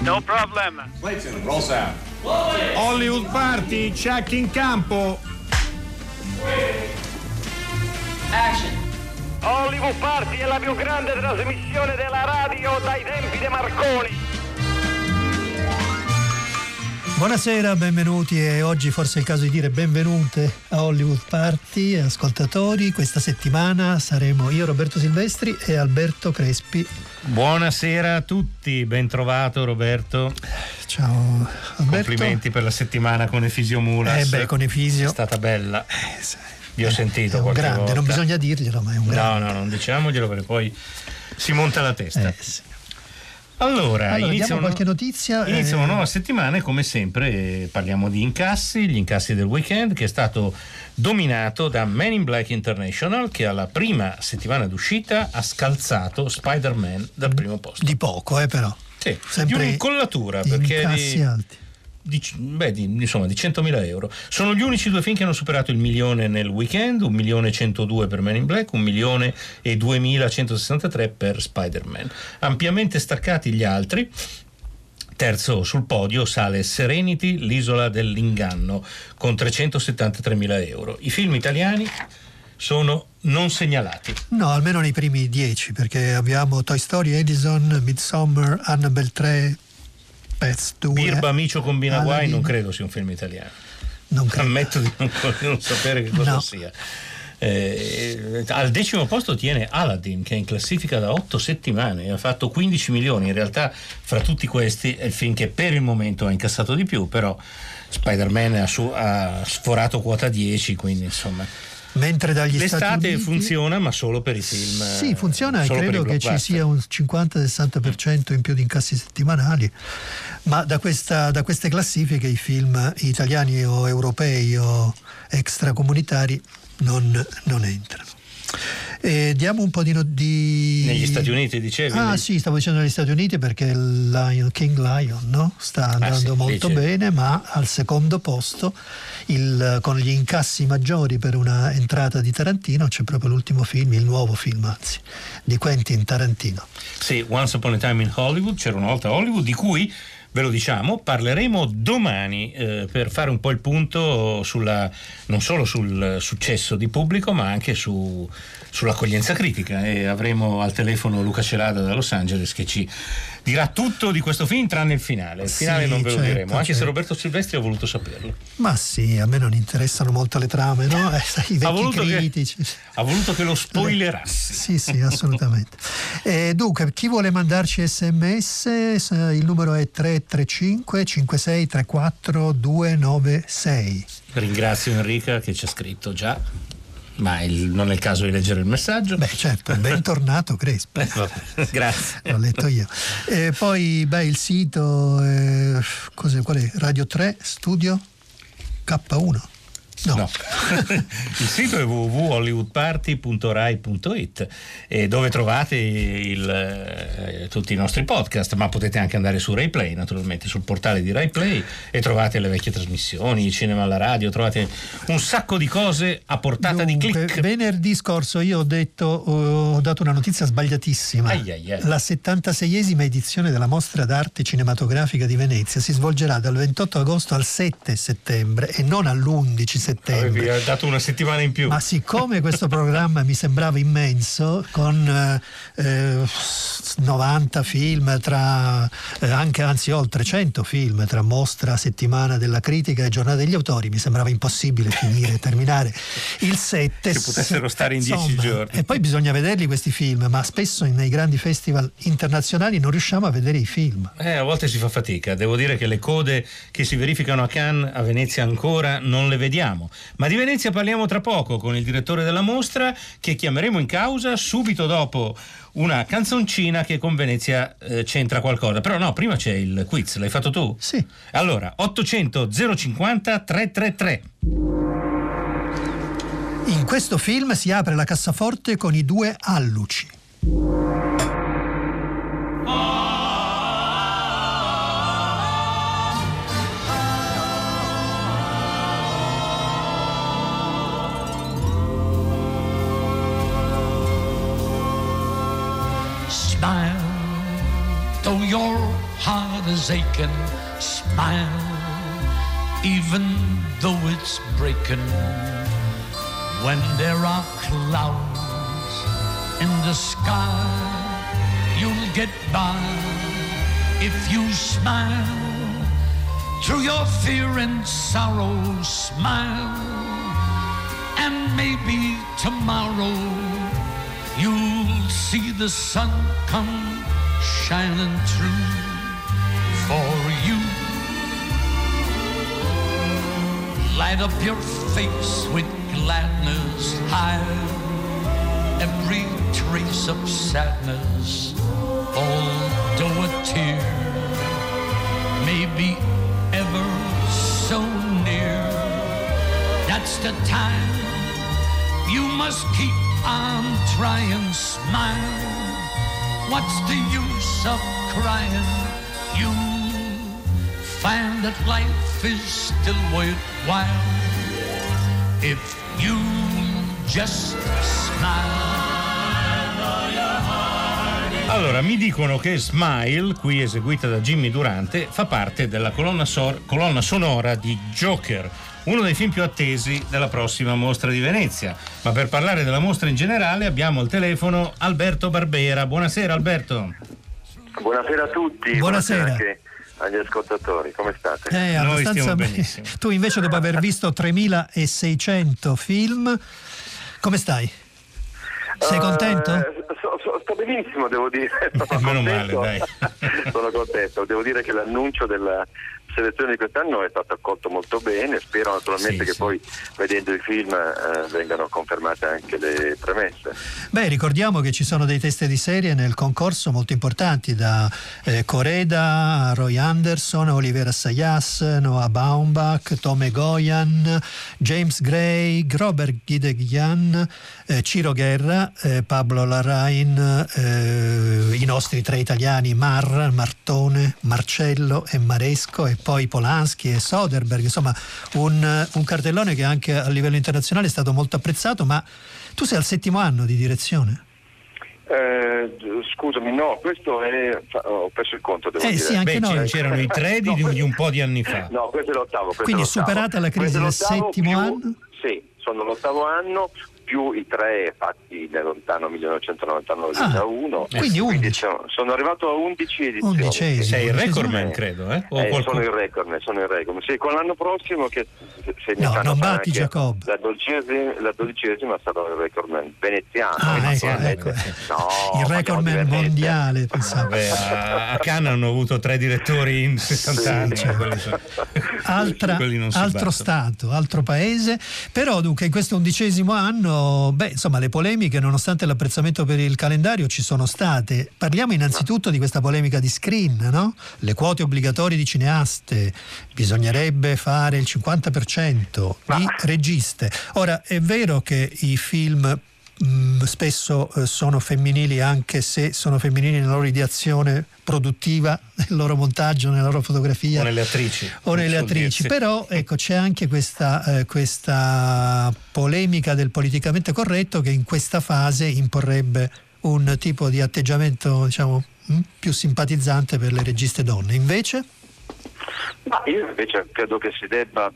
No problem. Clayton, roll sound. Hollywood Party, check in campo. Action. Hollywood Party è la più grande trasmissione della radio dai tempi di Marconi. Buonasera, benvenuti e oggi forse è il caso di dire benvenute a Hollywood Party, ascoltatori. Questa settimana saremo io, Roberto Silvestri e Alberto Crespi. Buonasera a tutti, ben trovato Roberto. Ciao Alberto. Complimenti per la settimana con Efisio Mulas. Con Efisio. È stata bella. Vi ho sentito è un qualche grande, volta. Non bisogna dirglielo, ma è un grande. No, non diciamoglielo perché poi si monta la testa. Sì. Allora diamo qualche notizia. Inizia una nuova settimana e come sempre parliamo di incassi, gli incassi del weekend, che è stato dominato da Men in Black International, che alla prima settimana d'uscita ha scalzato Spider-Man dal primo posto. Di poco, però. Sì, sempre di un'incollatura, di perché incassi alti. di 100.000 euro. Sono gli unici due film che hanno superato il milione nel weekend, 1.102.000 per Men in Black, 1.002.163 per Spider-Man. Ampiamente staccati gli altri. Terzo sul podio sale Serenity, l'isola dell'inganno, con 373.000 euro. I film italiani sono non segnalati. No, almeno nei primi 10, perché abbiamo Toy Story, Edison, Midsommar, Annabelle 3, Pets 2. Birba Micio Combina Guai Aladdin. non credo sia un film italiano. Non credo. Ammetto di non sapere che cosa sia. Al 10° posto tiene Aladdin, che è in classifica da 8 settimane e ha fatto 15 milioni. In realtà fra tutti questi è il film che per il momento ha incassato di più, però Spider-Man ha sforato quota 10, quindi insomma. Mentre dagli l'estate Stati Uniti funziona, ma solo per i film. Sì, funziona, e credo che ci sia un 50-60% in più di incassi settimanali, ma da queste classifiche i film italiani o europei o extracomunitari non entrano. Diamo un po' di negli Stati Uniti, dicevi? Sì, stavo dicendo negli Stati Uniti perché il King Lion, no? Sta andando molto bene, ma al secondo posto con gli incassi maggiori per una entrata di Tarantino c'è proprio l'ultimo film, il nuovo film anzi, di Quentin Tarantino. Sì, Once Upon a Time in Hollywood, c'era una volta Hollywood, di cui ve lo diciamo, parleremo domani per fare un po' il punto non solo sul successo di pubblico, ma anche sull'accoglienza critica, e avremo al telefono Luca Celada da Los Angeles che ci dirà tutto di questo film tranne il finale. Il finale non ve lo diremo, anche se Roberto Silvestri ha voluto saperlo. Ma sì, a me non interessano molto le trame, no? I vecchi critici. Ha voluto che lo spoilerassi. Sì, assolutamente. Dunque, chi vuole mandarci SMS, il numero è 335 56 34 296. Ringrazio Enrica che ci ha scritto già, ma non è il caso di leggere il messaggio. Beh, certo, bentornato Crespi. Grazie. L'ho letto io. Poi il sito qual è? Radio 3 Studio K1. No. Il sito è www.hollywoodparty.rai.it, dove trovate tutti i nostri podcast, ma potete anche andare su Rai Play, naturalmente sul portale di Rai Play, e trovate le vecchie trasmissioni, il cinema alla radio, trovate un sacco di cose a portata di click. Venerdì scorso io ho dato una notizia sbagliatissima. La 76esima edizione della Mostra d'Arte Cinematografica di Venezia si svolgerà dal 28 agosto al 7 settembre e non all'11 settembre. Avevi dato una settimana in più. Ma siccome questo programma mi sembrava immenso, con 90 film oltre 100 film tra mostra, settimana della critica e giornata degli autori, mi sembrava impossibile terminare il 7. Che potessero stare in 10 giorni. E poi bisogna vederli questi film, ma spesso nei grandi festival internazionali non riusciamo a vedere i film. A volte si fa fatica, devo dire che le code che si verificano a Cannes, a Venezia ancora non le vediamo. Ma di Venezia parliamo tra poco con il direttore della mostra, che chiameremo in causa subito dopo una canzoncina che con Venezia c'entra qualcosa. Però no, prima c'è il quiz, l'hai fatto tu? Sì. Allora, 800 050 333. In questo film si apre la cassaforte con i due alluci. Smile, though your heart is aching, smile, even though it's breaking. When there are clouds in the sky, you'll get by if you smile. Through your fear and sorrow, smile, and maybe tomorrow you'll see the sun come shining through for you. Light up your face with gladness, hide every trace of sadness, although a tear may be ever so near. That's the time you must keep on trying, smile. What's the use of crying? You find that life is still worthwhile if you just smile. Allora, mi dicono che Smile, qui eseguita da Jimmy Durante, fa parte della colonna sonora di Joker, uno dei film più attesi della prossima mostra di Venezia. Ma per parlare della mostra in generale abbiamo al telefono Alberto Barbera. Buonasera Alberto. Buonasera a tutti. Buonasera anche agli ascoltatori, come state? Noi stiamo benissimo. Tu invece, dopo aver visto 3600 film, come stai? Sei contento? Sto benissimo, devo dire. Meno male, dai. Sono contento. Devo dire che l'annuncio della selezione di quest'anno è stato accolto molto bene. Spero naturalmente che poi, vedendo i film, vengano confermate anche le premesse. Beh, ricordiamo che ci sono dei testi di serie nel concorso molto importanti, da Coreda, Roy Anderson, Oliver Assayas, Noah Baumbach, Tom Egoyan, James Gray, Robert Guideghian, Ciro Guerra, Pablo Larrain, i nostri tre italiani Martone, Marcello e Maresco, e poi Polanski e Soderbergh, insomma un cartellone che anche a livello internazionale è stato molto apprezzato. Ma tu sei al 7° anno di direzione? Scusami, no, questo è... ho perso il conto, devo dire. Sì, anche noi. C'erano i 3 di un po' di anni fa. No, questo è l'8º. Quindi superata la crisi del 7° anno? Sì, sono l'8° anno, più i 3 fatti nel lontano 1999-2001. Quindi 11. Sono arrivato a 11 edizioni. 11. Sei il recordman, credo, eh? Sono il recordman. Sì, con l'anno prossimo che se mi fanno non batti anche Giacobbe. la 12ª sarò il recordman veneziano. Ecco. No, il recordman mondiale, pensavo. A Cannes hanno avuto 3 direttori in 60 anni. Altro stato, altro paese. Però dunque in questo 11° anno, insomma, le polemiche, nonostante l'apprezzamento per il calendario, ci sono state. Parliamo innanzitutto di questa polemica di Screen, no? Le quote obbligatorie di cineaste, bisognerebbe fare il 50% di registe. Ora, è vero che i film spesso sono femminili, anche se sono femminili nella loro ideazione produttiva, nel loro montaggio, nella loro fotografia o nelle attrici. Però ecco, c'è anche questa polemica del politicamente corretto che in questa fase imporrebbe un tipo di atteggiamento, diciamo, più simpatizzante per le registe donne. Invece? Ma io invece credo che si debba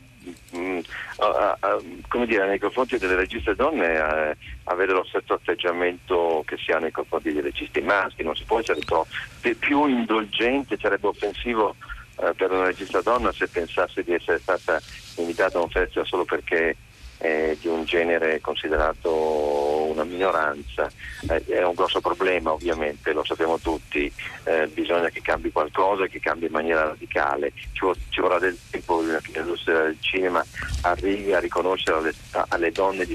come dire, nei confronti delle registe donne avere lo stesso atteggiamento che si ha nei confronti dei registi maschi. Non si può essere più indulgente, sarebbe offensivo per una regista donna se pensasse di essere stata invitata a un festival solo perché è di un genere considerato una minoranza. È un grosso problema, ovviamente, lo sappiamo tutti. Bisogna che cambi qualcosa, che cambi in maniera radicale. Ci vorrà del tempo che l'industria del cinema arrivi a riconoscere alle donne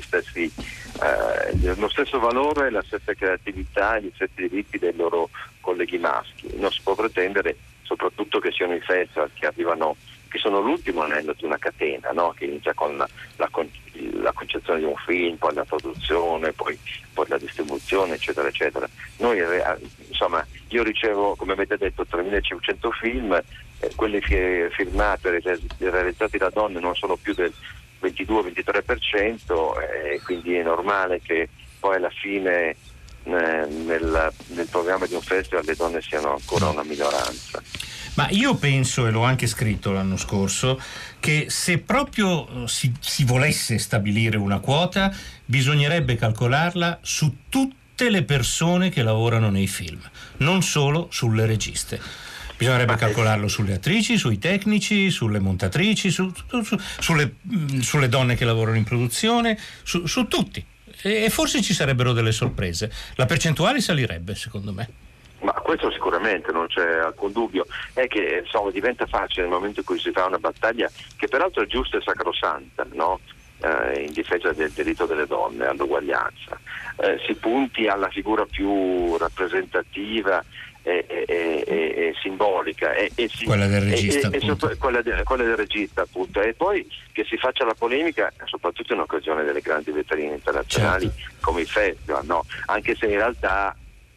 lo stesso valore, la stessa creatività e gli stessi diritti dei loro colleghi maschi. Non si può pretendere soprattutto che siano i festival che sono l'ultimo anello di una catena, no? Che inizia con la concezione di un film, poi la produzione, poi la distribuzione, eccetera, eccetera. Noi, insomma, io ricevo, come avete detto, 3.500 film, quelli firmati e realizzati da donne non sono più del 22-23%, quindi è normale che poi alla fine nel programma di un festival le donne siano ancora una minoranza. Ma io penso, e l'ho anche scritto l'anno scorso, che se proprio si volesse stabilire una quota, bisognerebbe calcolarla su tutte le persone che lavorano nei film, non solo sulle registe. Bisognerebbe calcolarlo sulle attrici, sui tecnici, sulle montatrici, sulle donne che lavorano in produzione, su tutti. E forse ci sarebbero delle sorprese. La percentuale salirebbe, secondo me. Ma questo sicuramente non c'è alcun dubbio, è che insomma diventa facile nel momento in cui si fa una battaglia che peraltro è giusta e sacrosanta, no? In difesa del diritto delle donne, all'uguaglianza, si punti alla figura più rappresentativa e simbolica quella del regista, quella del regista, appunto, e poi che si faccia la polemica soprattutto in occasione delle grandi vetrine internazionali, certo, come i festival, no? Anche se in realtà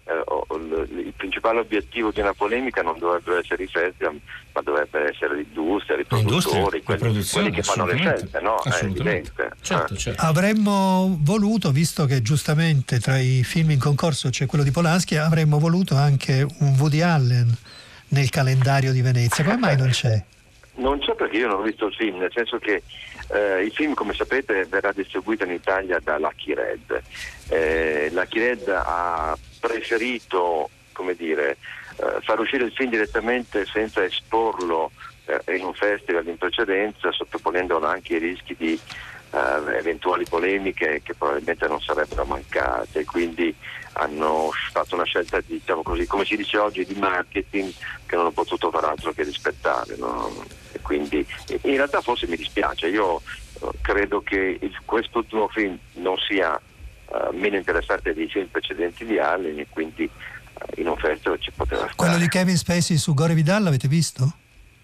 il principale obiettivo di una polemica non dovrebbero essere i festival, ma dovrebbe essere l'industria, i produttori, quelli che fanno le scelte, no? È evidente. Certo. Avremmo voluto, visto che giustamente tra i film in concorso c'è quello di Polanski, avremmo voluto anche un Woody Allen nel calendario di Venezia. Come mai non c'è? Non c'è, perché io non ho visto il film, nel senso che il film, come sapete, verrà distribuito in Italia da Lucky Red. Lucky Red ha preferito, come dire, far uscire il film direttamente senza esporlo in un festival in precedenza, sottoponendolo anche ai rischi di eventuali polemiche che probabilmente non sarebbero mancate. Quindi hanno fatto una scelta, diciamo così, come si dice oggi, di marketing, che non ho potuto far altro che rispettare, no? E quindi in realtà forse mi dispiace, io credo che questo tuo film non sia meno interessante dei film precedenti di Allen, e quindi in un festival ci poteva stare. Quello di Kevin Spacey su Gore Vidal l'avete visto?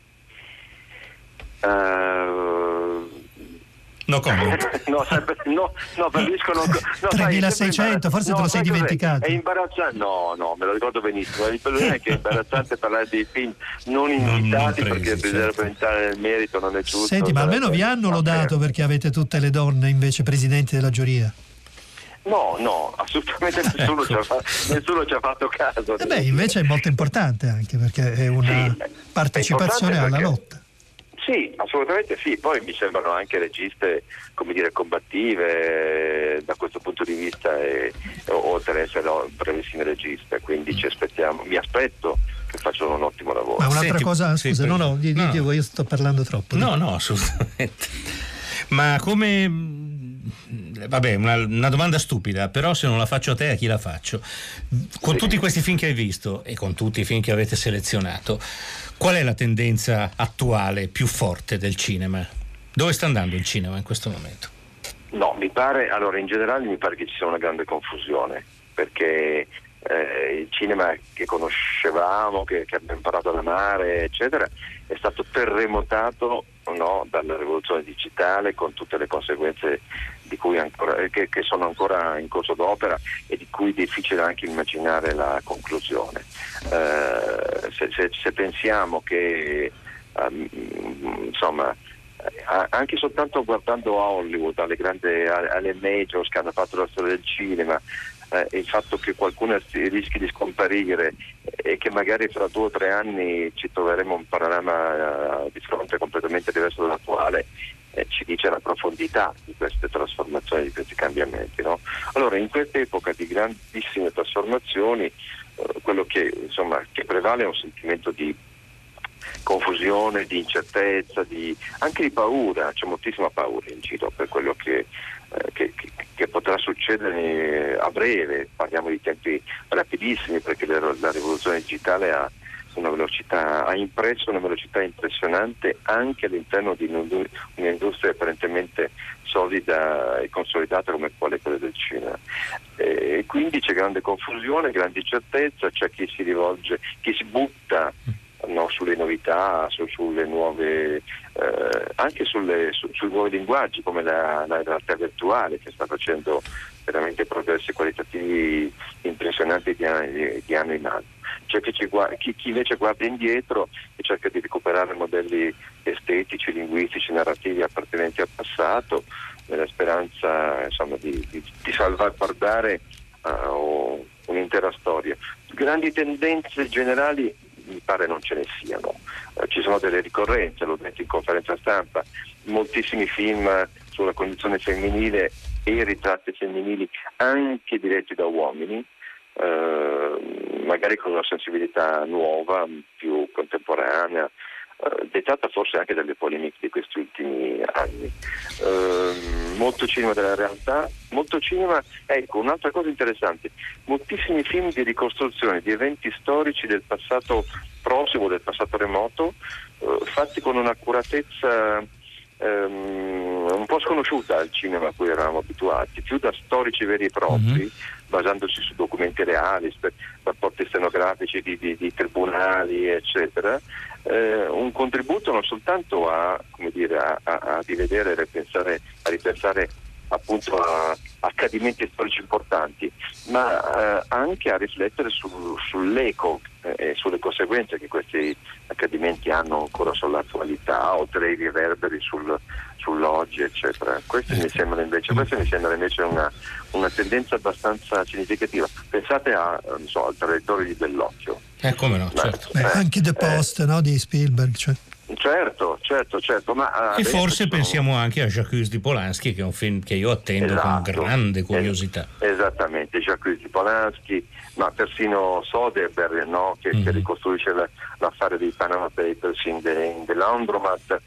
No comment. no, preferisco non. 3600, forse te lo sei dimenticato. È imbarazzante, no, me lo ricordo benissimo. Il problema è che è imbarazzante parlare dei film non invitati, perché bisognerebbe entrare nel merito, non è giusto. Senti, ma almeno vi hanno lodato perché avete tutte le donne invece presidenti della giuria? No, assolutamente nessuno ci ha fatto caso. Invece è molto importante, anche perché è una partecipazione alla lotta. Sì, assolutamente sì. Poi mi sembrano anche registe, come dire, combattive da questo punto di vista, oltre ad essere bravissime registe, quindi mi aspetto che facciano un ottimo lavoro. Ma un'altra cosa, scusa, no, io sto parlando troppo. No, assolutamente. Ma come... Vabbè, una domanda stupida, però se non la faccio a te, a chi la faccio? Con tutti questi film che hai visto e con tutti i film che avete selezionato, qual è la tendenza attuale più forte del cinema? Dove sta andando il cinema in questo momento? No, in generale mi pare che ci sia una grande confusione, perché il cinema che conoscevamo, che abbiamo imparato ad amare, eccetera, è stato terremotato, no, dalla rivoluzione digitale, con tutte le conseguenze di cui che sono ancora in corso d'opera e di cui è difficile anche immaginare la conclusione. Se pensiamo che insomma, anche soltanto guardando a Hollywood, alle majors che hanno fatto la storia del cinema, il fatto che qualcuno rischi di scomparire e che magari fra 2 o 3 anni ci troveremo un panorama di fronte completamente diverso dall'attuale, ci dice la profondità di queste trasformazioni, di questi cambiamenti, no? Allora, in questa epoca di grandissime trasformazioni, quello che prevale è un sentimento di confusione, di incertezza, anche di paura. C'è moltissima paura in giro per quello che potrà succedere a breve. Parliamo di tempi rapidissimi, perché la rivoluzione digitale ha impresso una velocità impressionante anche all'interno di un'industria apparentemente solida e consolidata come quella del cinema. E quindi c'è grande confusione, grande incertezza, c'è chi si butta, no, sulle novità, sulle nuove, anche sui nuovi linguaggi, come la realtà virtuale, che sta facendo veramente progressi qualitativi impressionanti di anno in anno. C'è chi invece guarda indietro e cerca di recuperare modelli estetici, linguistici, narrativi appartenenti al passato, nella speranza di salvaguardare o l'intera storia. Grandi tendenze generali mi pare non ce ne siano. Ci sono delle ricorrenze, l'ho detto in conferenza stampa, moltissimi film sulla condizione femminile e i ritratti femminili anche diretti da uomini, magari con una sensibilità nuova, più contemporanea, dettata forse anche dalle polemiche di questi ultimi anni. Molto cinema della realtà, molto cinema, ecco, un'altra cosa interessante, moltissimi film di ricostruzione di eventi storici del passato prossimo, del passato remoto, fatti con un'accuratezza un po' sconosciuta al cinema a cui eravamo abituati, più da storici veri e propri, basandosi su documenti reali, rapporti stenografici di tribunali, eccetera. Un contributo non soltanto a rivedere e a ripensare appunto a accadimenti storici importanti, ma anche a riflettere sull'eco e sulle conseguenze che questi accadimenti hanno ancora sull'attualità, oltre ai riverberi sull'oggi, eccetera. Questa mi sembra invece una tendenza abbastanza significativa. Pensate al Traditore di Bellocchio. Come no, certo. Anche The Post, no, di Spielberg, cioè. Certo, ma e forse pensiamo anche a J'accuse di Polanski, che è un film che io attendo con grande curiosità. Esattamente, J'accuse di Polanski, ma persino Soderbergh, no? che ricostruisce l'affare dei Panama Papers in The Laundromat,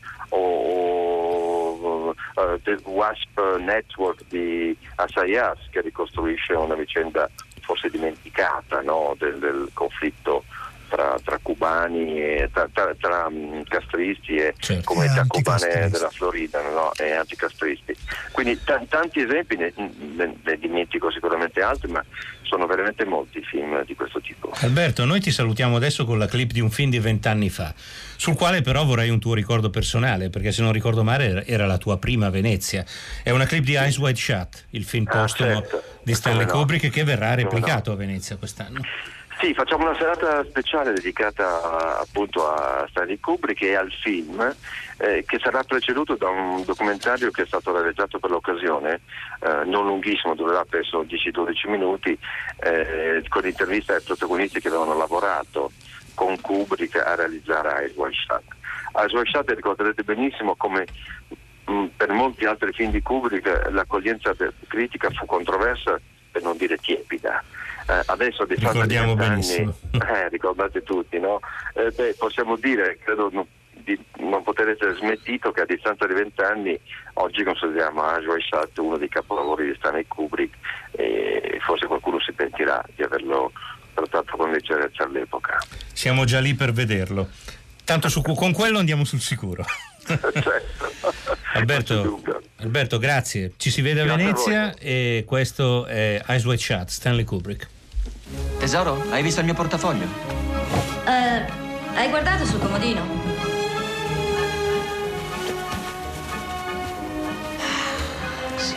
o The Wasp Network di Assayas, che ricostruisce una vicenda forse dimenticata, no? del conflitto tra cubani e tra castristi e comunità cubane della Florida, no? E anticastristi. Quindi tanti esempi, ne dimentico sicuramente altri, ma sono veramente molti i film di questo tipo. Alberto, noi ti salutiamo adesso con la clip di un film di 20 anni fa, sul quale però vorrei un tuo ricordo personale, perché se non ricordo male era la tua prima a Venezia. È una clip di Eyes Wide Shut, il film postumo di Stanley Kubrick, che verrà replicato a Venezia quest'anno. Sì, facciamo una serata speciale dedicata appunto a Stanley Kubrick e al film, che sarà preceduto da un documentario che è stato realizzato per l'occasione, non lunghissimo, durerà penso 10-12 minuti, con interviste ai protagonisti che avevano lavorato con Kubrick a realizzare Eyes Wide Shut. Eyes Wide Shut, ricorderete benissimo come per molti altri film di Kubrick l'accoglienza critica fu controversa, per non dire tiepida. Adesso di fatto ricordiamo benissimo. Ricordate tutti, no? Possiamo dire, credo di non poter essere smentito, che a distanza di 20 anni oggi consideriamo Eyes Wide Shut uno dei capolavori di Stanley Kubrick, e forse qualcuno si pentirà di averlo trattato con leggerezza all'epoca. Siamo già lì per vederlo, tanto con quello andiamo sul sicuro. Certo. Alberto, grazie, ci si vede a Venezia, e questo è Eyes Wide Shut, Stanley Kubrick. Tesoro, hai visto il mio portafoglio? Hai guardato sul comodino? Sì.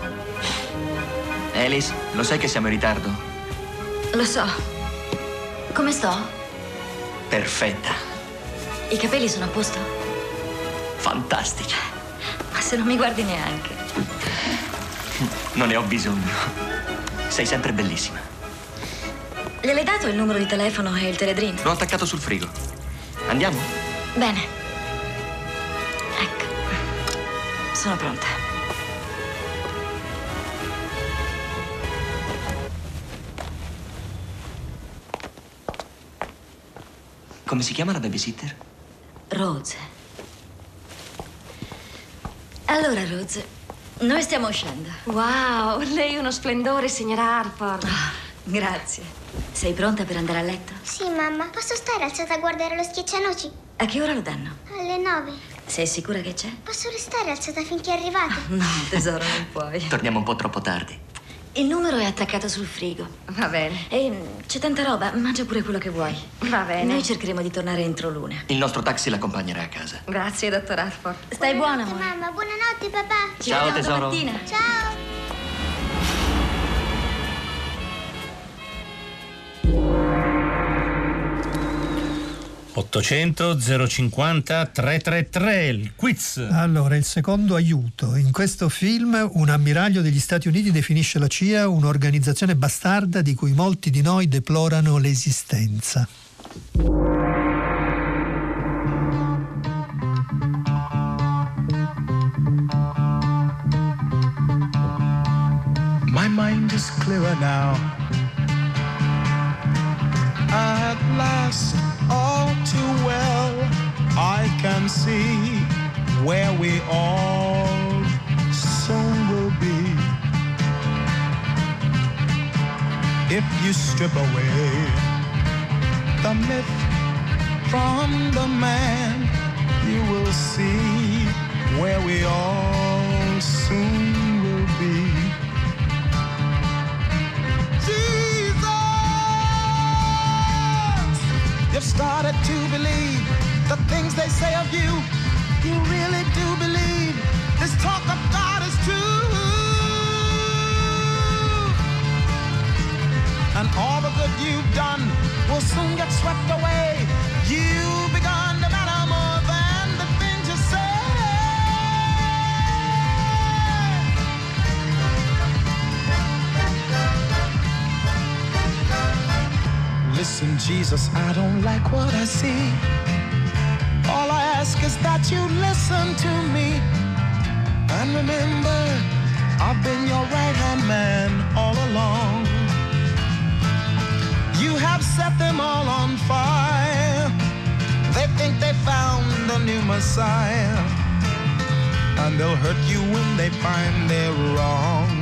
Alice, lo sai che siamo in ritardo? Lo so. Come sto? Perfetta. I capelli sono a posto? Fantastici. Ma se non mi guardi neanche. Non ne ho bisogno. Sei sempre bellissima. Gliel'hai dato il numero di telefono e il teledrin? L'ho attaccato sul frigo. Andiamo? Bene. Ecco. Sono pronta. Come si chiama la babysitter? Rose. Allora, Rose, noi stiamo uscendo. Wow, lei è uno splendore, signora Harford. Grazie. Sei pronta per andare a letto? Sì, mamma. Posso stare alzata a guardare lo schiaccianoci? A che ora lo danno? Alle 9. Sei sicura che c'è? Posso restare alzata finché arrivate? No, tesoro, non puoi. Torniamo un po' troppo tardi. Il numero è attaccato sul frigo. Va bene. E c'è tanta roba, mangia pure quello che vuoi. Va bene. Noi cercheremo di tornare entro l'una. Il nostro taxi l'accompagnerà a casa. Grazie, dottor Harford. Stai buona, amore. Mamma, buonanotte, papà. Ci Ciao, vediamo tesoro. domattina. Ciao. 800 050 333, il quiz. Allora, il secondo aiuto. In questo film un ammiraglio degli Stati Uniti definisce la CIA un'organizzazione bastarda di cui molti di noi deplorano l'esistenza. My mind is clearer now. At last, all too well, I can see where we all soon will be. If you strip away the myth from the man, you will see where we all soon will be. You've started to believe the things they say of you. You really do believe this talk of God is true. And all the good you've done will soon get swept away. You've begun to matter more than the things you say. Listen, Jesus, I don't like what I see. All I ask is that you listen to me. And remember, I've been your right-hand man all along. You have set them all on fire. They think they found the new Messiah. And they'll hurt you when they find they're wrong.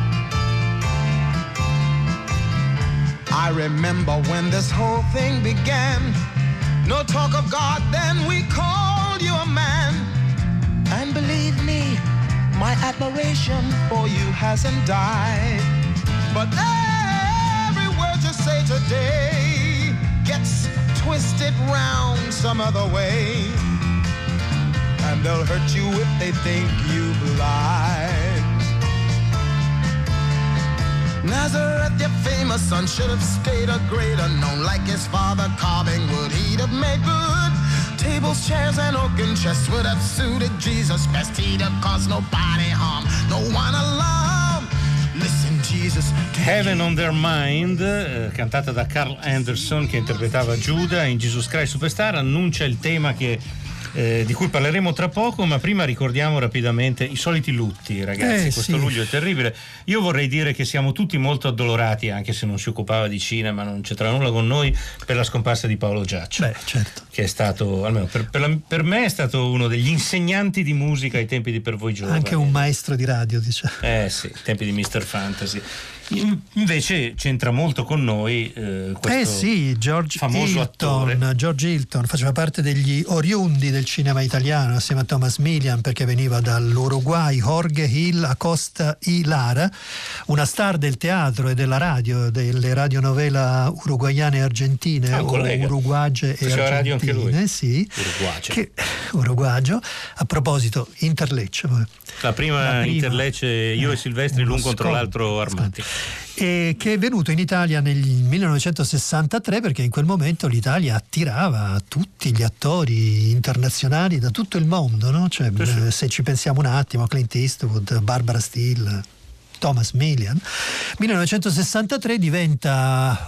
I remember when this whole thing began. No talk of God, then we called you a man. And believe me, my admiration for you hasn't died. But every word you say today gets twisted round some other way. And they'll hurt you if they think you've lied. Nazareth, your famous son, should have stayed a greater known. Like his father carving wood, he'd have made good. Tables, chairs, and oaken chests would have suited Jesus best. He'd have caused nobody harm, no one alarm. Listen, Jesus. Heaven on Their Mind, cantata da Carl Anderson, che interpretava Giuda in Jesus Christ Superstar, annuncia il tema di cui parleremo tra poco, ma prima ricordiamo rapidamente i soliti lutti, ragazzi. Questo luglio è terribile. Io vorrei dire che siamo tutti molto addolorati, anche se non si occupava di cinema, non c'entra nulla con noi, per la scomparsa di Paolo Giaccio. Certo. Che è stato, almeno per me, è stato uno degli insegnanti di musica ai tempi di Per voi giovani. Anche un maestro di radio, diciamo. Sì, ai tempi di Mr. Fantasy. Invece c'entra molto con noi questo George famoso attore. George Hilton faceva parte degli oriundi del cinema italiano assieme a Thomas Milian, perché veniva dall'Uruguay. Jorge Gil Acosta y Lara, una star del teatro e della radio, delle radionovela uruguayane e argentine, uruguage e argentine. Radio anche lui. Sì. Uruguagio. A proposito, Interlecce. La prima Interlecce, io e Silvestri l'un contro l'altro armati. E che è venuto in Italia nel 1963, perché in quel momento l'Italia attirava tutti gli attori internazionali da tutto il mondo, no? Cioè, se ci pensiamo un attimo, Clint Eastwood, Barbara Steele, Thomas Milian. 1963 diventa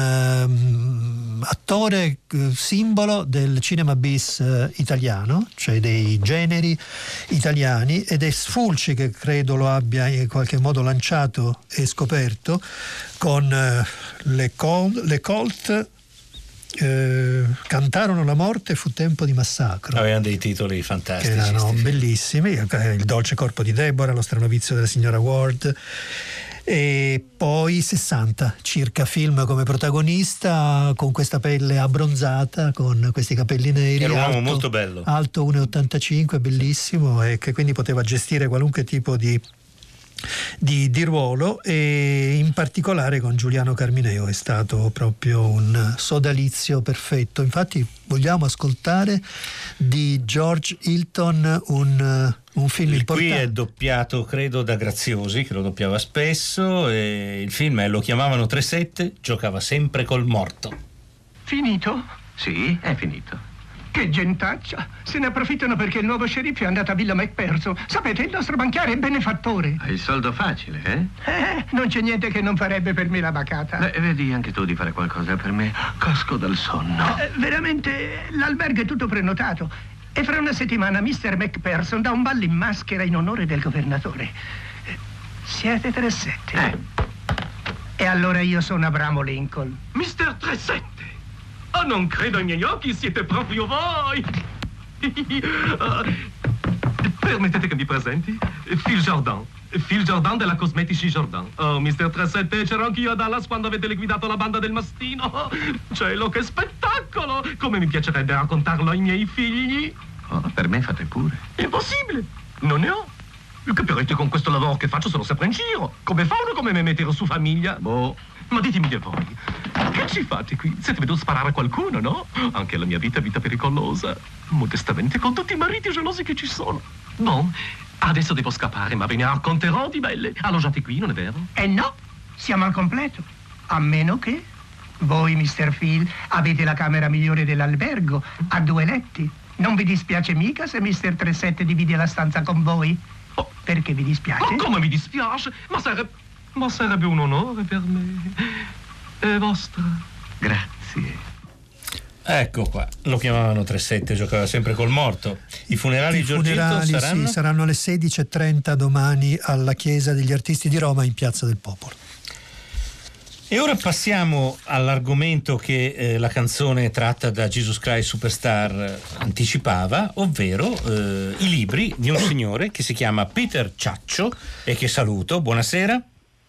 un attore simbolo del cinema bis italiano, cioè dei generi italiani, ed è Sfulci che credo lo abbia in qualche modo lanciato e scoperto con le Colt. Cantarono la morte, fu tempo di massacro. Avevano dei titoli fantastici, che erano bellissimi. Il dolce corpo di Deborah, lo strano vizio della signora Ward, e poi 60 circa film come protagonista, con questa pelle abbronzata, con questi capelli neri. Era un uomo molto bello, alto 1,85, bellissimo, e che quindi poteva gestire qualunque tipo di ruolo, e in particolare con Giuliano Carmineo è stato proprio un sodalizio perfetto. Infatti vogliamo ascoltare di George Hilton un film importante. Qui è doppiato credo da Graziosi, che lo doppiava spesso, e il film Lo chiamavano 3-7, giocava sempre col morto. Finito? Sì, è finito. Che gentaccia! Se ne approfittano perché il nuovo sceriffo è andato a Villa McPherson. Sapete, il nostro banchiere è benefattore. Hai il soldo facile, eh? Non c'è niente che non farebbe per me la bacata. Vedi anche tu di fare qualcosa per me. Casco dal sonno. Veramente, l'albergo è tutto prenotato. E fra una settimana Mr. McPherson dà un ballo in maschera in onore del governatore. Siete 3-7. E allora io sono Abramo Lincoln. Mr. 3-7! Oh, non credo ai miei occhi, siete proprio voi! Permettete che mi presenti? Phil Jordan della Cosmetici Jordan. Oh, Mr. 3-7, c'ero anch'io a Dallas quando avete liquidato la banda del mastino. Cielo, che spettacolo! Come mi piacerebbe raccontarlo ai miei figli. Oh, per me fate pure. Impossibile! Non ne ho. Capirete, con questo lavoro che faccio sono sempre in giro. Come fa uno come me mettere su famiglia? Boh. Ma ditemi voi, che ci fate qui? Siete venuti a sparare a qualcuno, no? Anche la mia vita è vita pericolosa. Modestamente, con tutti i mariti gelosi che ci sono. Bon, adesso devo scappare, ma ve ne racconterò di belle. Alloggiate qui, non è vero? No, siamo al completo. A meno che voi, Mr. Phil, avete la camera migliore dell'albergo, a 2 letti. Non vi dispiace mica se Mr. 3-7 divide la stanza con voi? Perché vi dispiace? Ma come mi dispiace? Ma sarebbe un onore per me. È vostra. Grazie. Ecco qua, lo chiamavano 3-7, giocava sempre col morto. I funerali di Giorgetto saranno? Sì, saranno alle 16:30 domani alla Chiesa degli Artisti di Roma in Piazza del Popolo. E ora passiamo all'argomento che la canzone tratta da Jesus Christ Superstar anticipava, ovvero i libri di un signore che si chiama Peter Ciaccio e che saluto. Buonasera.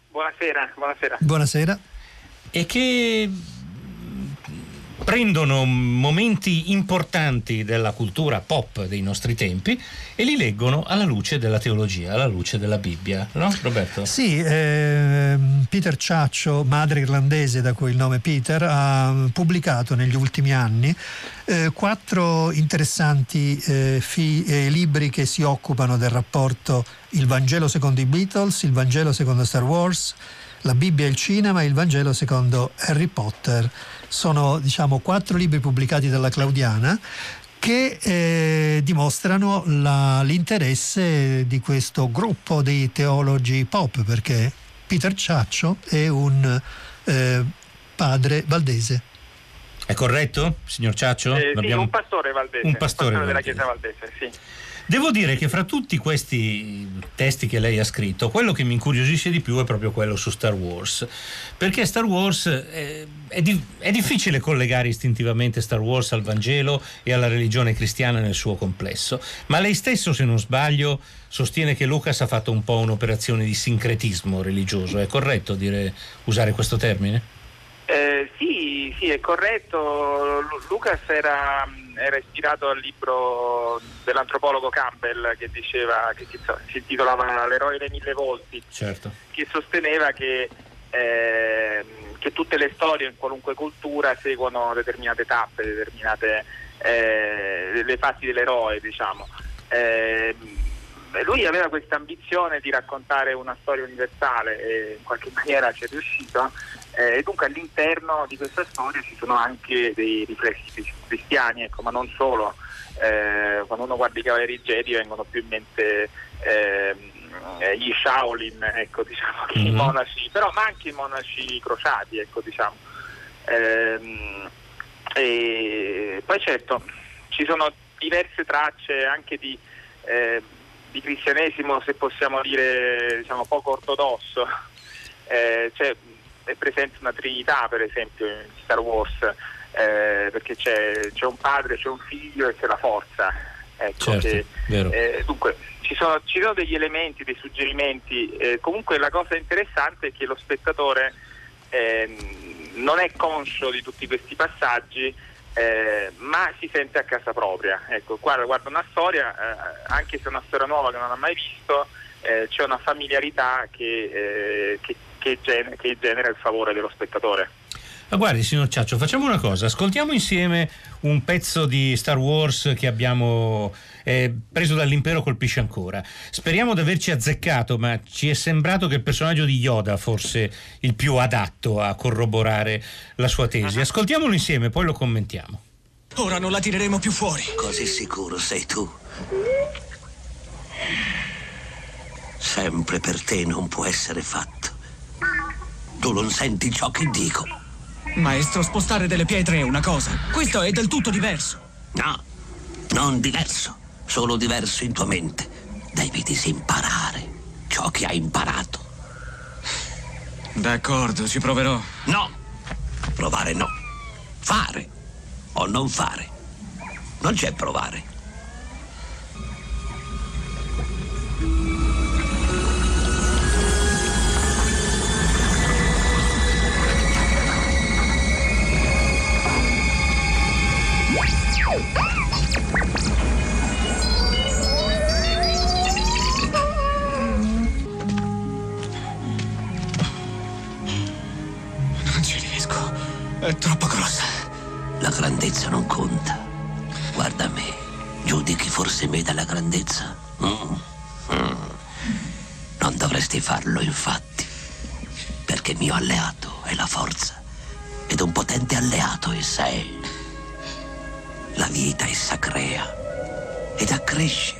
Buonasera. E che prendono momenti importanti della cultura pop dei nostri tempi e li leggono alla luce della teologia, alla luce della Bibbia, no Roberto? Sì, Peter Ciaccio, madre irlandese da cui il nome Peter, ha pubblicato negli ultimi anni 4 interessanti libri che si occupano del rapporto il Vangelo secondo i Beatles, il Vangelo secondo Star Wars, la Bibbia e il cinema e il Vangelo secondo Harry Potter. Sono 4 libri pubblicati dalla Claudiana che dimostrano l'interesse di questo gruppo di teologi pop, perché Peter Ciaccio è un padre valdese. È corretto, signor Ciaccio? Sì, un pastore valdese. Un pastore della Chiesa valdese, sì. Devo dire che fra tutti questi testi che lei ha scritto, quello che mi incuriosisce di più è proprio quello su Star Wars, perché Star Wars è difficile collegare istintivamente Star Wars al Vangelo e alla religione cristiana nel suo complesso, ma lei stesso, se non sbaglio, sostiene che Lucas ha fatto un po' un'operazione di sincretismo religioso. È corretto usare questo termine? Sì, è corretto. Lucas era ispirato al libro dell'antropologo Campbell che diceva, che si intitolava L'eroe dei 1000 volti, certo, che sosteneva che tutte le storie in qualunque cultura seguono determinate tappe, determinate le fasi dell'eroe, diciamo. Lui aveva questa ambizione di raccontare una storia universale e in qualche maniera ci è riuscito, e dunque all'interno di questa storia ci sono anche dei riflessi cristiani, ecco, ma non solo. Quando uno guarda i Cavalieri Jedi vengono più in mente gli Shaolin, ecco, diciamo, che i monaci, però ma anche i monaci crociati, ecco, diciamo. E poi certo ci sono diverse tracce anche di cristianesimo, se possiamo dire, diciamo, poco ortodosso. È presente una trinità, per esempio, in Star Wars, perché c'è un padre, c'è un figlio e c'è la forza, ecco, certo, vero. Dunque ci sono degli elementi, dei suggerimenti. Comunque la cosa interessante è che lo spettatore non è conscio di tutti questi passaggi, ma si sente a casa propria. Ecco, guarda una storia, anche se è una storia nuova che non ha mai visto, c'è una familiarità che genera il favore dello spettatore. Ma guardi, signor Ciaccio, facciamo una cosa, ascoltiamo insieme un pezzo di Star Wars che abbiamo preso dall'Impero colpisce ancora. Speriamo di averci azzeccato, ma ci è sembrato che il personaggio di Yoda fosse il più adatto a corroborare la sua tesi. Ascoltiamolo insieme, poi lo commentiamo. Ora non la tireremo più fuori. Così sicuro sei tu? Sempre per te non può essere fatto. Tu non senti ciò che dico. Maestro, spostare delle pietre è una cosa. Questo è del tutto diverso. No, non diverso. Solo diverso in tua mente. Devi disimparare ciò che hai imparato. D'accordo, ci proverò. No, provare no. Fare o non fare. Non c'è provare. Non ci riesco. È troppo grossa. La grandezza non conta. Guarda me. Giudichi forse me dalla grandezza? Non dovresti farlo, infatti. Perché mio alleato è la forza. Ed un potente alleato essa è. La vita essa crea. Ed accresce.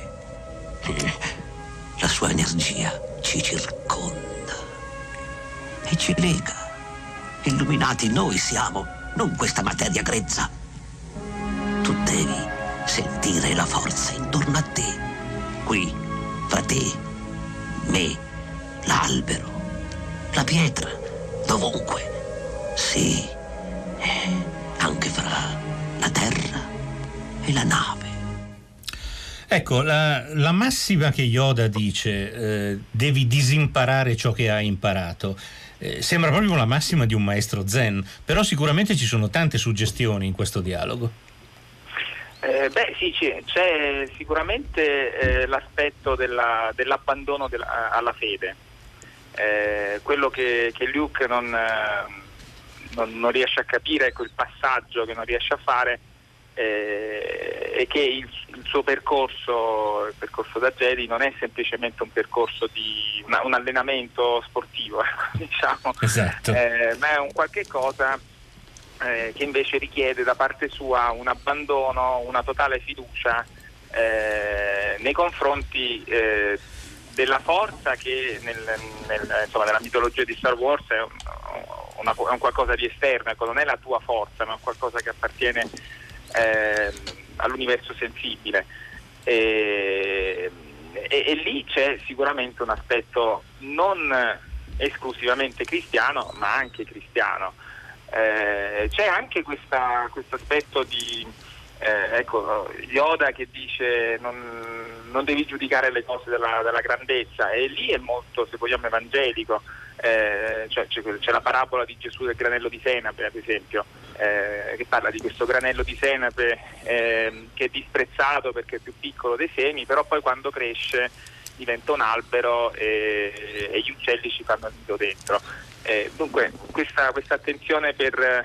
La sua energia ci circonda. E ci lega. Illuminati noi siamo, non questa materia grezza. Tu devi sentire la forza intorno a te. Qui, fra te, me, l'albero, la pietra, dovunque. Sì, anche fra la terra e la nave. Ecco, la massima che Yoda dice, devi disimparare ciò che hai imparato, sembra proprio la massima di un maestro zen, però sicuramente ci sono tante suggestioni in questo dialogo. Sì, c'è sicuramente l'aspetto dell'abbandono alla fede, quello che Luke non riesce a capire, ecco, il passaggio che non riesce a fare, e che il suo percorso, il percorso da Jedi, non è semplicemente un percorso di un allenamento sportivo, diciamo, esatto. Ma è un qualche cosa che invece richiede da parte sua un abbandono, una totale fiducia nei confronti della forza che nella mitologia di Star Wars è un qualcosa di esterno, ecco, non è la tua forza, ma è qualcosa che appartiene all'universo sensibile, e lì c'è sicuramente un aspetto non esclusivamente cristiano, ma anche cristiano. C'è anche questo aspetto di Yoda che dice non devi giudicare le cose dalla grandezza, e lì è molto, se vogliamo, evangelico. C'è la parabola di Gesù del granello di senape, ad esempio, che parla di questo granello di senape che è disprezzato perché è più piccolo dei semi, però poi quando cresce diventa un albero e gli uccelli ci fanno il nido dentro. Dunque questa attenzione per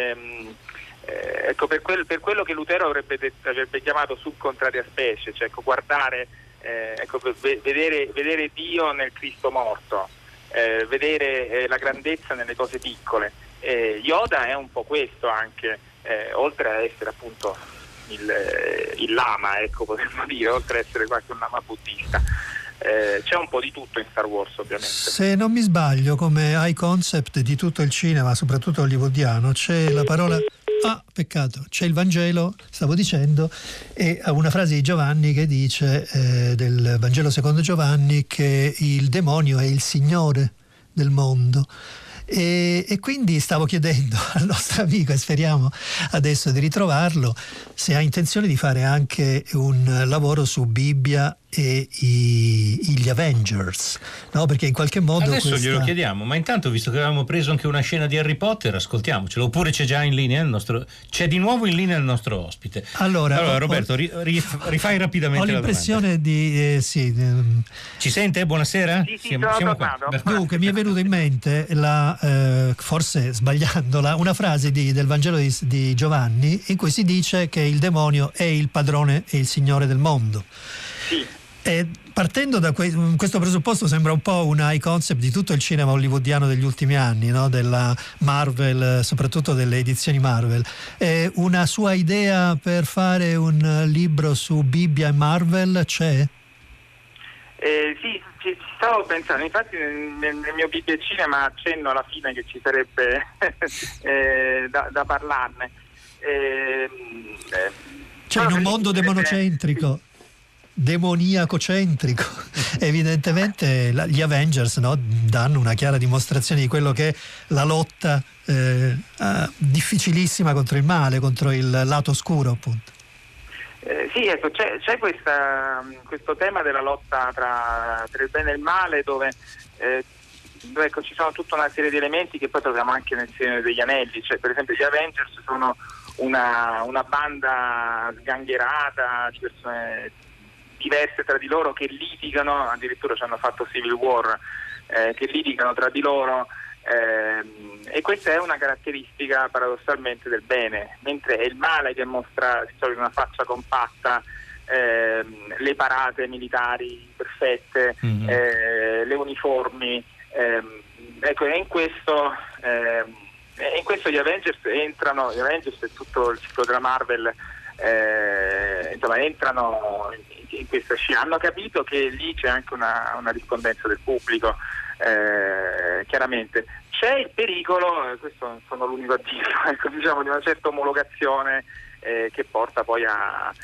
quello che Lutero avrebbe chiamato sub contraria specie, cioè guardare, vedere Dio nel Cristo morto, vedere la grandezza nelle cose piccole. Yoda è un po' questo anche, oltre a essere appunto il lama, ecco, potremmo dire, oltre a essere quasi un lama buddista. C'è un po' di tutto in Star Wars, ovviamente. Se non mi sbaglio, come high concept di tutto il cinema, soprattutto hollywoodiano, c'è la parola peccato, c'è il Vangelo, stavo dicendo, e una frase di Giovanni che dice del Vangelo secondo Giovanni che il demonio è il signore del mondo. E quindi stavo chiedendo al nostro amico, e speriamo adesso di ritrovarlo, se ha intenzione di fare anche un lavoro su Bibbia e gli Avengers, no? Perché in qualche modo adesso glielo chiediamo, ma intanto, visto che avevamo preso anche una scena di Harry Potter, ascoltiamocelo, oppure c'è già in linea c'è di nuovo in linea il nostro ospite. Allora Roberto, rifai rapidamente. Ho l'impressione di ci sente? Buonasera? Sì, siamo qua. Dunque mi è venuto in mente forse sbagliandola, una frase del Vangelo di Giovanni in cui si dice che il demonio è il padrone e il signore del mondo. Sì. E partendo da questo presupposto sembra un po' un high concept di tutto il cinema hollywoodiano degli ultimi anni, no? Della Marvel, soprattutto delle edizioni Marvel. Una sua idea per fare un libro su Bibbia e Marvel c'è? Sì, ci stavo pensando, infatti nel mio Bibbia e Cinema accenno alla fine che ci sarebbe da parlarne. Cioè, in un mondo demoniaco evidentemente gli Avengers, no, danno una chiara dimostrazione di quello che è la lotta difficilissima contro il male, contro il lato oscuro, appunto. Sì, ecco, c'è questo tema della lotta tra il bene e il male, dove ecco, ci sono tutta una serie di elementi che poi troviamo anche nel Signore degli Anelli. Cioè, per esempio, gli Avengers sono una banda sgangherata di persone diverse tra di loro che litigano, addirittura ci hanno fatto Civil War, che litigano tra di loro, e questa è una caratteristica paradossalmente del bene, mentre è il male che mostra di solito una faccia compatta, le parate militari perfette, le uniformi, ecco, e in questo gli Avengers entrano, e tutto il ciclo della Marvel insomma entrano in questa scia. Hanno capito che lì c'è anche una rispondenza del pubblico, chiaramente. C'è il pericolo, questo non sono l'unico a dirlo, ecco, diciamo, di una certa omologazione che porta poi a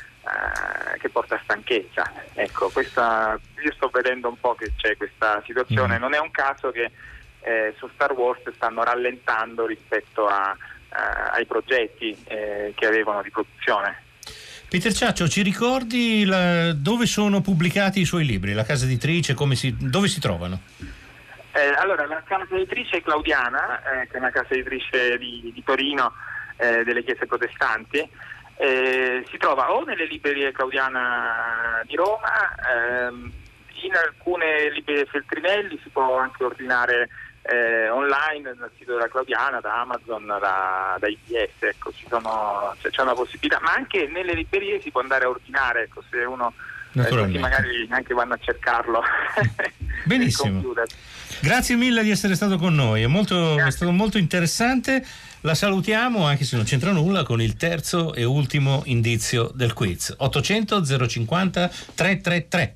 stanchezza. Ecco, io sto vedendo un po' che c'è questa situazione. Non è un caso che su Star Wars stanno rallentando rispetto ai progetti che avevano di produzione. Peter Ciaccio, ci ricordi dove sono pubblicati i suoi libri? La casa editrice, dove si trovano? Allora, la casa editrice Claudiana, che è una casa editrice di Torino, delle chiese protestanti, si trova o nelle librerie Claudiana di Roma, in alcune librerie Feltrinelli, si può anche ordinare online dal sito della Claudiana, da Amazon, da IPS, ecco, c'è una possibilità, ma anche nelle librerie si può andare a ordinare, ecco, se uno così magari anche vanno a cercarlo. Benissimo, grazie mille di essere stato con noi, è stato molto interessante. La salutiamo, anche se non c'entra nulla, con il terzo e ultimo indizio del quiz. 800 050 333.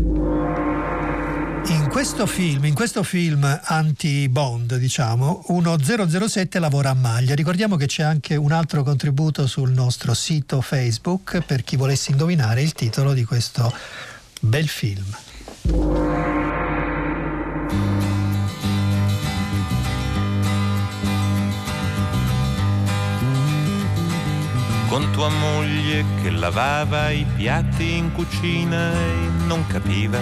In questo film anti-Bond, diciamo, uno 007 lavora a maglia. Ricordiamo che c'è anche un altro contributo sul nostro sito Facebook per chi volesse indovinare il titolo di questo bel film. Con tua moglie che lavava i piatti in cucina e non capiva,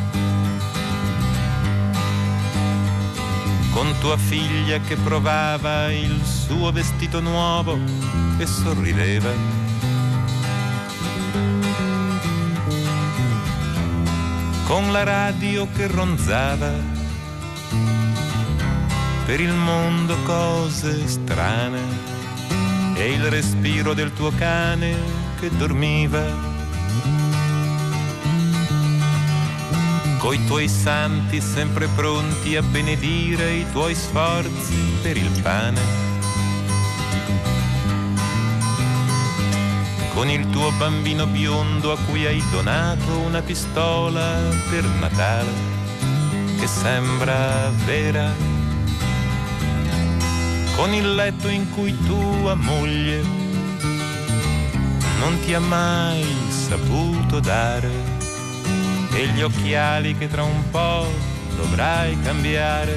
con tua figlia che provava il suo vestito nuovo e sorrideva, con la radio che ronzava per il mondo cose strane, e il respiro del tuo cane che dormiva, coi tuoi santi sempre pronti a benedire i tuoi sforzi per il pane, con il tuo bambino biondo a cui hai donato una pistola per Natale che sembra vera, con il letto in cui tua moglie non ti ha mai saputo dare, e gli occhiali che tra un po' dovrai cambiare.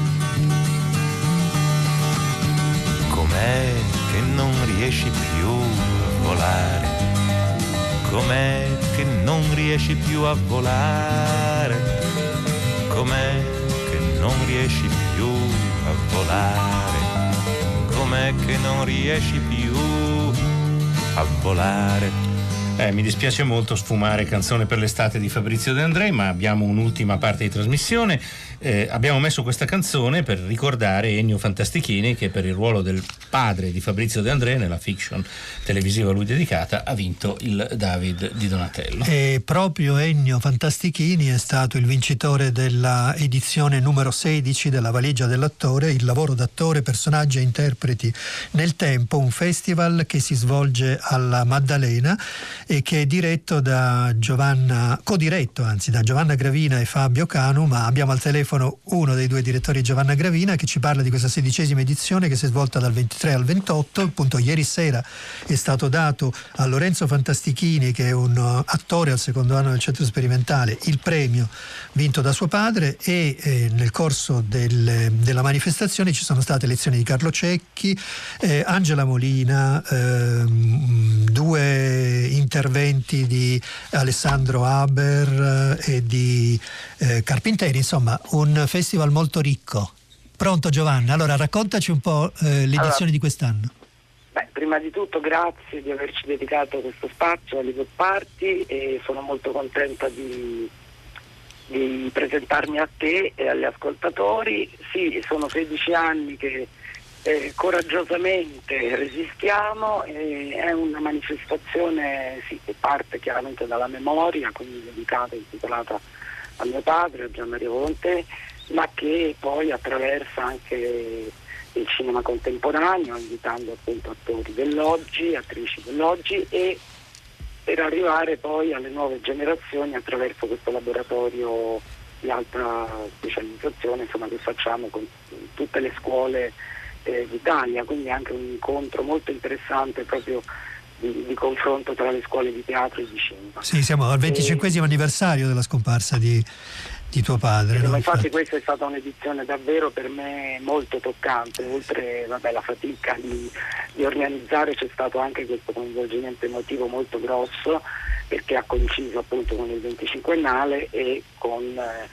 Com'è che non riesci più a volare? Com'è che non riesci più a volare? Com'è che non riesci più a volare? Com'è che non riesci più a volare? Mi dispiace molto sfumare Canzone per l'estate di Fabrizio De André, ma abbiamo un'ultima parte di trasmissione. Abbiamo messo questa canzone per ricordare Ennio Fantastichini, che per il ruolo del padre di Fabrizio De André nella fiction televisiva a lui dedicata ha vinto il David di Donatello. E proprio Ennio Fantastichini è stato il vincitore della edizione numero 16 della Valigia dell'attore, il lavoro d'attore, personaggi e interpreti nel tempo, un festival che si svolge alla Maddalena e che è codiretto da Giovanna Gravina e Fabio Canu, ma abbiamo al telefono uno dei due direttori, Giovanna Gravina, che ci parla di questa 16ª edizione che si è svolta dal 23 al 28. Appunto ieri sera è stato dato a Lorenzo Fantastichini, che è un attore al secondo anno del centro sperimentale, il premio vinto da suo padre, e nel corso della manifestazione ci sono state lezioni di Carlo Cecchi, Angela Molina, due interventi di Alessandro Haber e di Carpinteri, insomma un festival molto ricco. Pronto Giovanna? Allora raccontaci un po' l'edizione di quest'anno. Prima di tutto grazie di averci dedicato questo spazio a Hollywood Party, e sono molto contenta di presentarmi a te e agli ascoltatori. Sì, sono 16 anni che coraggiosamente resistiamo, è una manifestazione che parte chiaramente dalla memoria, quindi dedicata e intitolata a mio padre, a Gian Maria Volonté, ma che poi attraversa anche il cinema contemporaneo, invitando appunto attori dell'oggi, attrici dell'oggi, e per arrivare poi alle nuove generazioni attraverso questo laboratorio di alta specializzazione, insomma, che facciamo con tutte le scuole d'Italia, quindi anche un incontro molto interessante proprio di confronto tra le scuole di teatro e di cinema. Sì, siamo al 25esimo anniversario della scomparsa di tuo padre. No? Infatti questa è stata un'edizione davvero per me molto toccante, oltre la fatica di organizzare, c'è stato anche questo coinvolgimento emotivo molto grosso, perché ha coinciso appunto con il 25ennale e con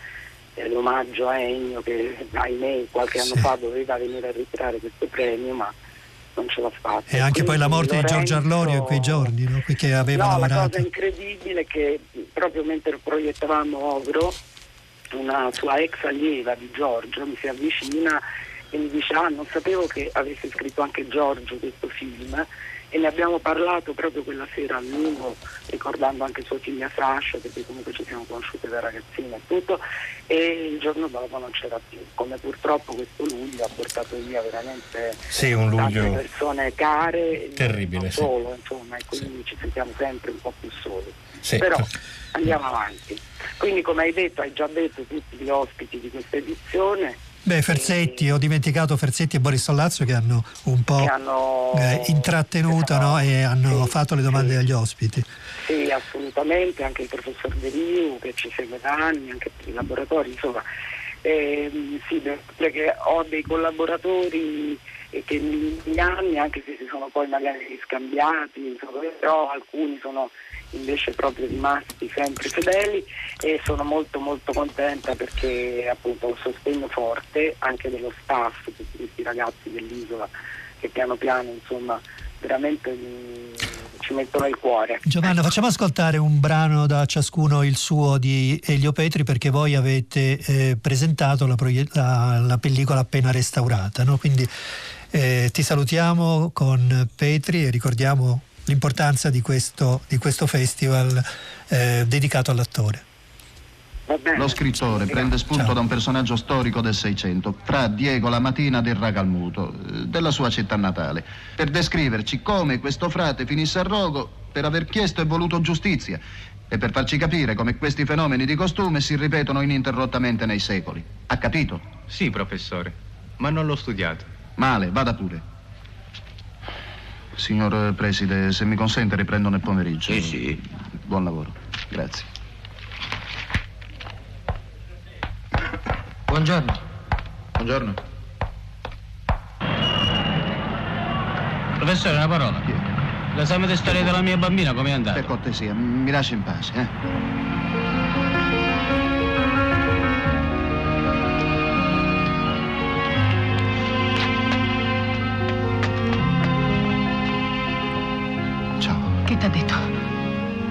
l'omaggio a Ennio, che ahimè qualche anno fa doveva venire a ritirare questo premio, ma non ce l'ha fatta. E anche poi la morte di Giorgio Arlorio in quei giorni, no? Che aveva lavorato. La cosa incredibile è che proprio mentre proiettavamo Ogro, una sua ex allieva di Giorgio mi si avvicina e mi dice: non sapevo che avesse scritto anche Giorgio questo film, e ne abbiamo parlato proprio quella sera a lungo, ricordando anche sua figlia Sasha, perché comunque ci siamo conosciute da ragazzina e tutto, e il giorno dopo non c'era più, come purtroppo questo luglio ha portato via veramente un luglio tante persone care, terribile, non solo, insomma, e quindi ci sentiamo sempre un po' più soli. Però andiamo avanti. Quindi, come hai già detto tutti gli ospiti di questa edizione. Ferzetti, ho dimenticato Ferzetti e Boris Sollazzo, che hanno un po' intrattenuto, no? E hanno fatto le domande agli ospiti. Sì, assolutamente, anche il professor De Riu che ci segue da anni, anche per i laboratori, insomma. Sì, perché ho dei collaboratori che negli anni, anche se si sono poi magari scambiati, insomma, però alcuni sono invece proprio rimasti sempre fedeli, e sono molto molto contenta perché appunto ho un sostegno forte anche dello staff, tutti questi ragazzi dell'isola che piano piano insomma veramente ci mettono il cuore. Giovanna, facciamo ascoltare un brano da ciascuno, il suo di Elio Petri, perché voi avete presentato la pellicola appena restaurata, no? Quindi ti salutiamo con Petri e ricordiamo l'importanza di questo festival dedicato all'attore. Lo scrittore prende spunto da un personaggio storico del Seicento, Fra Diego Lamatina del Ragalmuto, della sua città natale, per descriverci come questo frate finisse a rogo per aver chiesto e voluto giustizia, e per farci capire come questi fenomeni di costume si ripetono ininterrottamente nei secoli. Ha capito? Sì, professore, ma non l'ho studiato. Male, vada pure. Signor Preside, se mi consente riprendo nel pomeriggio. Sì. Buon lavoro. Grazie. Buongiorno. Buongiorno. Professore, una parola. L'esame di storia della mia bambina come è andato? Per cortesia, mi lasci in pace, Che t'ha detto?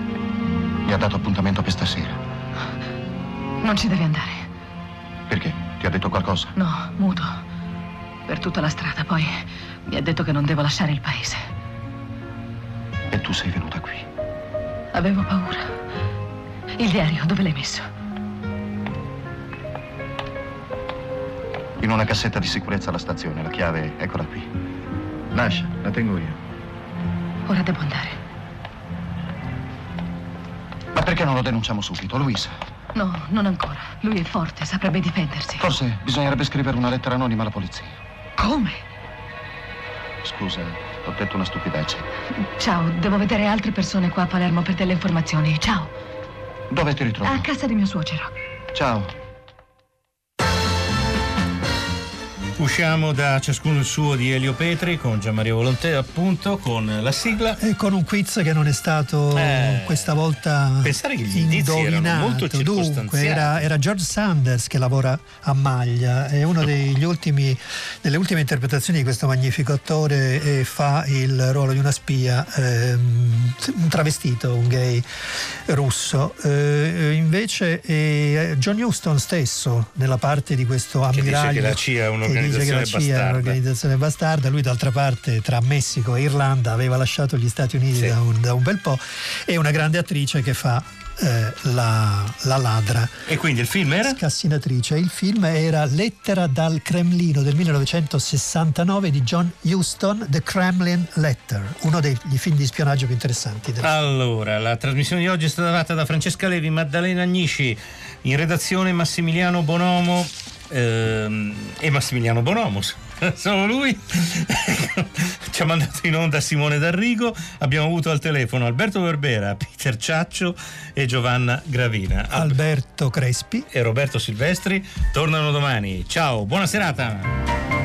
ha dato appuntamento per stasera. Non ci devi andare. Perché? Ti ha detto qualcosa? No, muto. Per tutta la strada. Poi mi ha detto che non devo lasciare il paese. E tu sei venuta qui? Avevo paura. Il diario, dove l'hai messo? In una cassetta di sicurezza alla stazione. La chiave, eccola qui. Lascia, la tengo io. Ora devo andare. Ma perché non lo denunciamo subito, Luisa? No, non ancora. Lui è forte, saprebbe difendersi. Forse bisognerebbe scrivere una lettera anonima alla polizia. Come? Scusa, ho detto una stupidaggine. Ciao, devo vedere altre persone qua a Palermo per delle informazioni. Ciao. Dove ti ritrovi? A casa di mio suocero. Ciao. Usciamo da Ciascuno il suo di Elio Petri con Gianmaria Volontè, appunto, con la sigla e con un quiz che non è stato questa volta pensare che gli indizi erano molto circostanziali. Dunque era George Sanders che lavora a maglia, è uno delle ultime interpretazioni di questo magnifico attore e fa il ruolo di una spia, un travestito, un gay russo. Invece John Huston stesso nella parte di questo ammiraglio che dice che la CIA è un'organizzazione un'organizzazione bastarda. Lui d'altra parte tra Messico e Irlanda aveva lasciato gli Stati Uniti da un bel po'. È una grande attrice che fa la ladra. E quindi il film era? Scassinatrice. Il film era Lettera dal Cremlino del 1969 di John Huston, The Kremlin Letter, uno degli film di spionaggio più interessanti Allora, la trasmissione di oggi è stata fatta da Francesca Levi, Maddalena Agnisci, in redazione Massimiliano Bonomo e Massimiliano Bonomo solo lui ci ha mandato in onda Simone D'Arrigo, abbiamo avuto al telefono Alberto Verbera, Peter Ciaccio e Giovanna Gravina. Alberto Crespi e Roberto Silvestri tornano domani. Ciao, buona serata.